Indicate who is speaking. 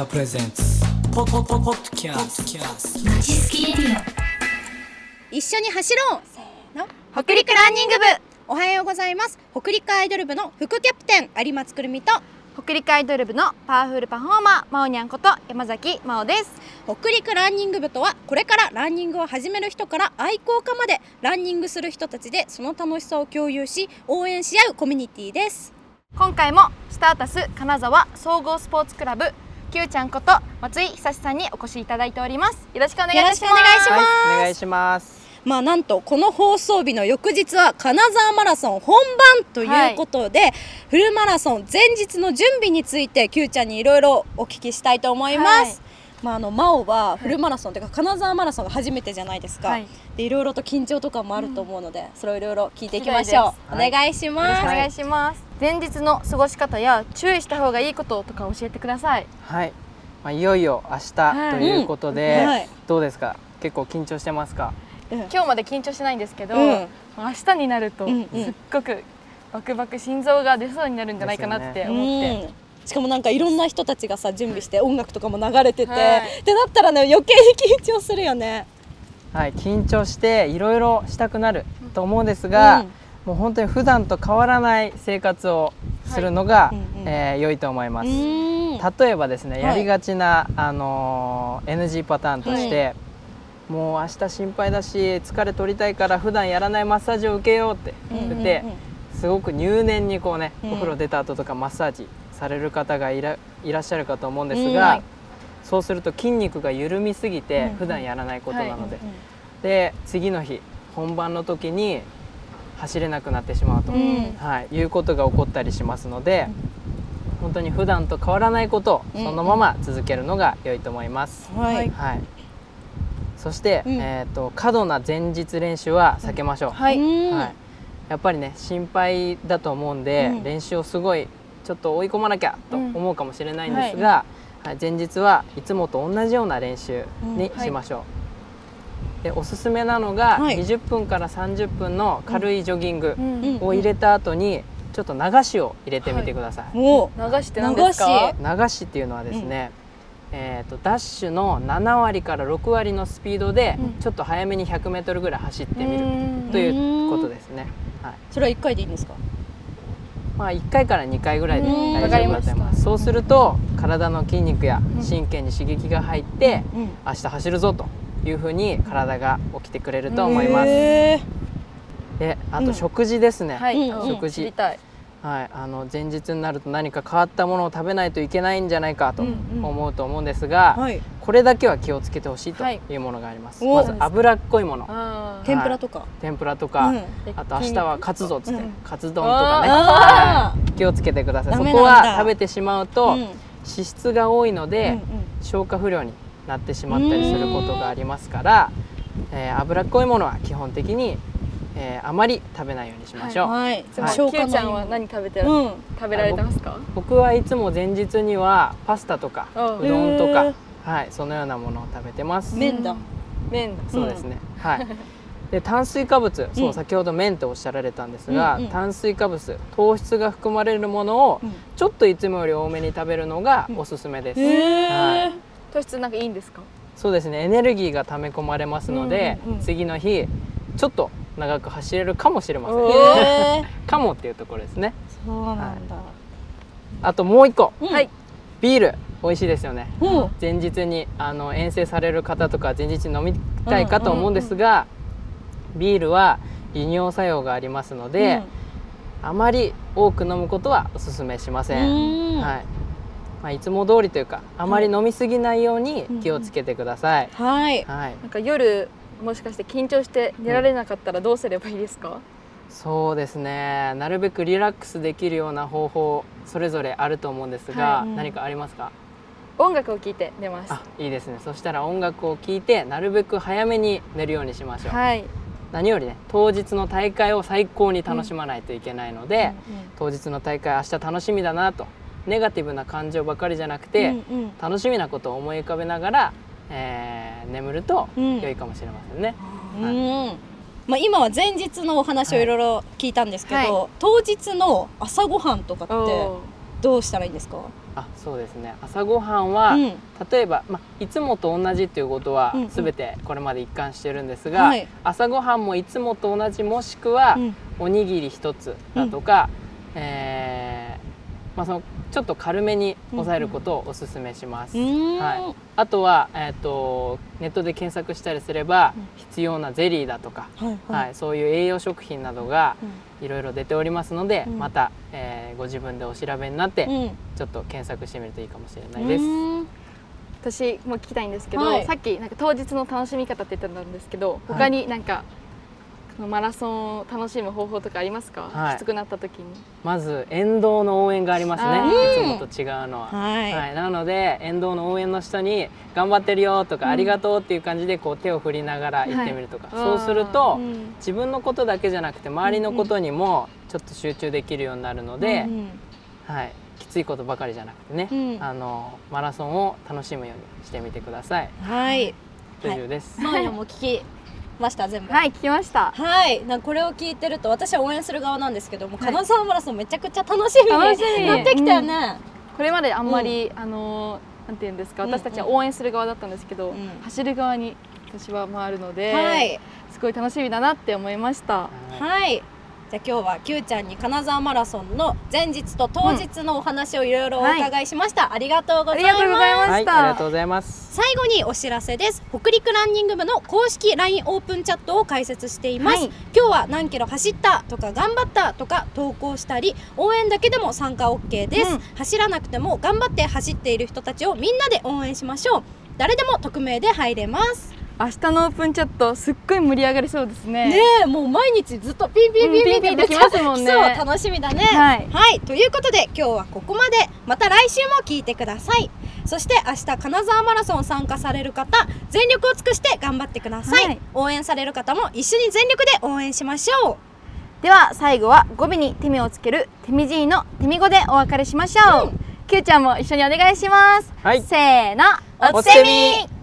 Speaker 1: アプレゼンツポッドキャスト
Speaker 2: まちすきレディ
Speaker 3: 一緒に走ろうせーの
Speaker 4: 北陸ランニング部。
Speaker 3: おはようございます。北陸アイドル部の副キャプテン有松くるみと
Speaker 4: 北陸アイドル部のパワフルパフォーマーまおにゃんこと山崎まおです。
Speaker 3: 北陸ランニング部とは、これからランニングを始める人から愛好家までランニングする人たちでその楽しさを共有し応援し合うコミュニティです。
Speaker 4: 今回もスタータス金沢総合スポーツクラブきゅうちゃんこと松井久さんにお越しいただいております。よろしくお願いいたします。
Speaker 3: よろしくお願いします。
Speaker 5: はい、お願いします。
Speaker 3: なんとこの放送日の翌日は金沢マラソン本番ということで、フルマラソン前日の準備について Q ちゃんにいろいろお聞きしたいと思います。真央はフルマラソンというか金沢マラソンが初めてじゃないですか。でいろいろと緊張とかもあると思うので、それをいろいろ聞いていきましょう。お願いします。
Speaker 4: よろしくお願いします。前日の過ごし方や注意した方がいいこととか教えてください。
Speaker 5: はい、いよいよ明日ということで、どうですか？結構緊張してますか？
Speaker 4: 今日まで緊張してないんですけど、明日になるとすっごくバクバク心臓が出そうになるんじゃないかなって思って、
Speaker 3: しかもなんかいろんな人たちがさ準備して音楽とかも流れてて、ってなったらね余計に緊張するよね。
Speaker 5: はい、緊張していろいろしたくなると思うんですが、もう本当に普段と変わらない生活をするのが良いと思います。例えばですね、やりがちなNG パターンとして、もう明日心配だし疲れ取りたいから普段やらないマッサージを受けようって言って、すごく入念にこうね、お風呂出た後とかマッサージされる方がいらっしゃるかと思うんですが、そうすると筋肉が緩みすぎて普段やらないことなので、で次の日本番の時に走れなくなってしまうと、いうことが起こったりしますので、本当に普段と変わらないことをそのまま続けるのが良いと思います。そして、過度な前日練習は避けましょう。やっぱりね心配だと思うんで、練習をすごいちょっと追い込まなきゃと思うかもしれないんですが、前日はいつもと同じような練習にしましょう。でおすすめなのが、20分から30分の軽いジョギングを入れた後にちょっと流しを入れてみてください。
Speaker 4: 流しって何ですか？
Speaker 5: 流しっていうのはですね、ダッシュの7割から6割のスピードでちょっと早めに 100m ぐらい走ってみるということですね。
Speaker 3: それは1回でいいんですか
Speaker 5: ？1回から2回ぐらいで大丈夫だと思います。そうすると体の筋肉や神経に刺激が入って、明日走るぞというふうに体が起きてくれると思います。であと食事ですね。食事、知りたい。前日になると何か変わったものを食べないといけないんじゃないかと思うと思うんですが、これだけは気をつけてほしいというものがあります。まず脂っこいもの、
Speaker 3: 天ぷらとか、
Speaker 5: あと明日はカツ丼っつってカツ丼とかね、気をつけてください。そこは食べてしまうと脂質が多いので消化不良になってしまったりすることがありますから、脂っこいものは基本的にあまり食べないようにしましょう。
Speaker 4: きゅうちゃんは何食べられてますか？
Speaker 5: 僕はいつも前日にはパスタとかうどんとか、そのようなものを食べてます。
Speaker 3: 麺だ。
Speaker 5: そうですね。で炭水化物、先ほど麺とおっしゃられたんですが、炭水化物、糖質が含まれるものをちょっといつもより多めに食べるのがおすすめです。
Speaker 4: 糖質なんかいいんですか？
Speaker 5: そうですね。エネルギーが溜め込まれますので、次の日ちょっと長く走れるかもしれません。かもっていうところですね。
Speaker 3: そうなんだ。
Speaker 5: あともう一個、ビール美味しいですよね。前日に遠征される方とか前日に飲みたいかと思うんですが、ビールは利尿作用がありますので、あまり多く飲むことはおすすめしません。いつも通りというか、あまり飲みすぎないように気をつけてください。
Speaker 4: なんか夜もしかして緊張して寝られなかったらどうすればいいですか？
Speaker 5: そうですね、なるべくリラックスできるような方法それぞれあると思うんですが、何かありますか？
Speaker 4: 音楽を聴いて寝ます。
Speaker 5: いいですね。そしたら音楽を聴いてなるべく早めに寝るようにしましょう。何よりね、当日の大会を最高に楽しまないといけないので、当日の大会明日楽しみだなと、ネガティブな感情ばかりじゃなくて、楽しみなことを思い浮かべながら眠ると良いかもしれませんね。
Speaker 3: 今は前日のお話をいろいろ聞いたんですけど、当日の朝ごはんとかってどうしたらいいんですか？
Speaker 5: そうですね、朝ごはんは、例えば、いつもと同じっていうことは全てこれまで一貫してるんですが、朝ごはんもいつもと同じ、もしくはおにぎり1つだとか、そのちょっと軽めに抑えることをおすすめします。あとは、ネットで検索したりすれば必要なゼリーだとか、そういう栄養食品などがいろいろ出ておりますので、また、ご自分でお調べになってちょっと検索してみるといいかもしれないです。
Speaker 4: 私も聞きたいんですけど、さっきなんか当日の楽しみ方って言ってたんですけど、他になんかマラソンを楽しむ方法とかありますか？きつくなった時に。
Speaker 5: まず沿道の応援がありますね。いつもと違うのは。なので沿道の応援の人に頑張ってるよとか、ありがとうっていう感じでこう手を振りながら行ってみるとか、そうすると自分のことだけじゃなくて周りのことにもちょっと集中できるようになるので、きついことばかりじゃなくてね、マラソンを楽しむようにしてみてください。以上です。
Speaker 3: マーヤも聞きました全部。
Speaker 4: 聞きました。
Speaker 3: なんかこれを聞いてると、私は応援する側なんですけども、金沢マラソンめちゃくちゃ楽しみになってきたよね。こ
Speaker 4: れまであんまりなんていうんですか、私たちは応援する側だったんですけど、走る側に私は回るので、すごい楽しみだなって思いました。じゃあ今日はきゅうちゃんに金沢マラソンの前日と当日のお話をいろいろお伺いしました。ありがとうございました。
Speaker 5: ありがとうございます。
Speaker 3: 最後にお知らせです。北陸ランニング部の公式 LINE オープンチャットを開設しています。今日は何キロ走ったとか頑張ったとか投稿したり、応援だけでも参加 OK です。走らなくても頑張って走っている人たちをみんなで応援しましょう。誰でも匿名で入れます。
Speaker 4: 明日のオープンチャットすっごい盛り上がりそうですね。
Speaker 3: もう毎日ずっとピンピンピンピンって
Speaker 4: できますもんね。
Speaker 3: そう楽しみだね。ということで今日はここまで。また来週も聞いてください。そして明日金沢マラソン参加される方、全力を尽くして頑張ってください。応援される方も一緒に全力で応援しましょう。
Speaker 4: では最後は語尾にテミをつけるテミジーのテミ語でお別れしましょう。きゅうちゃんも一緒にお願いします。せーの、おつせみ。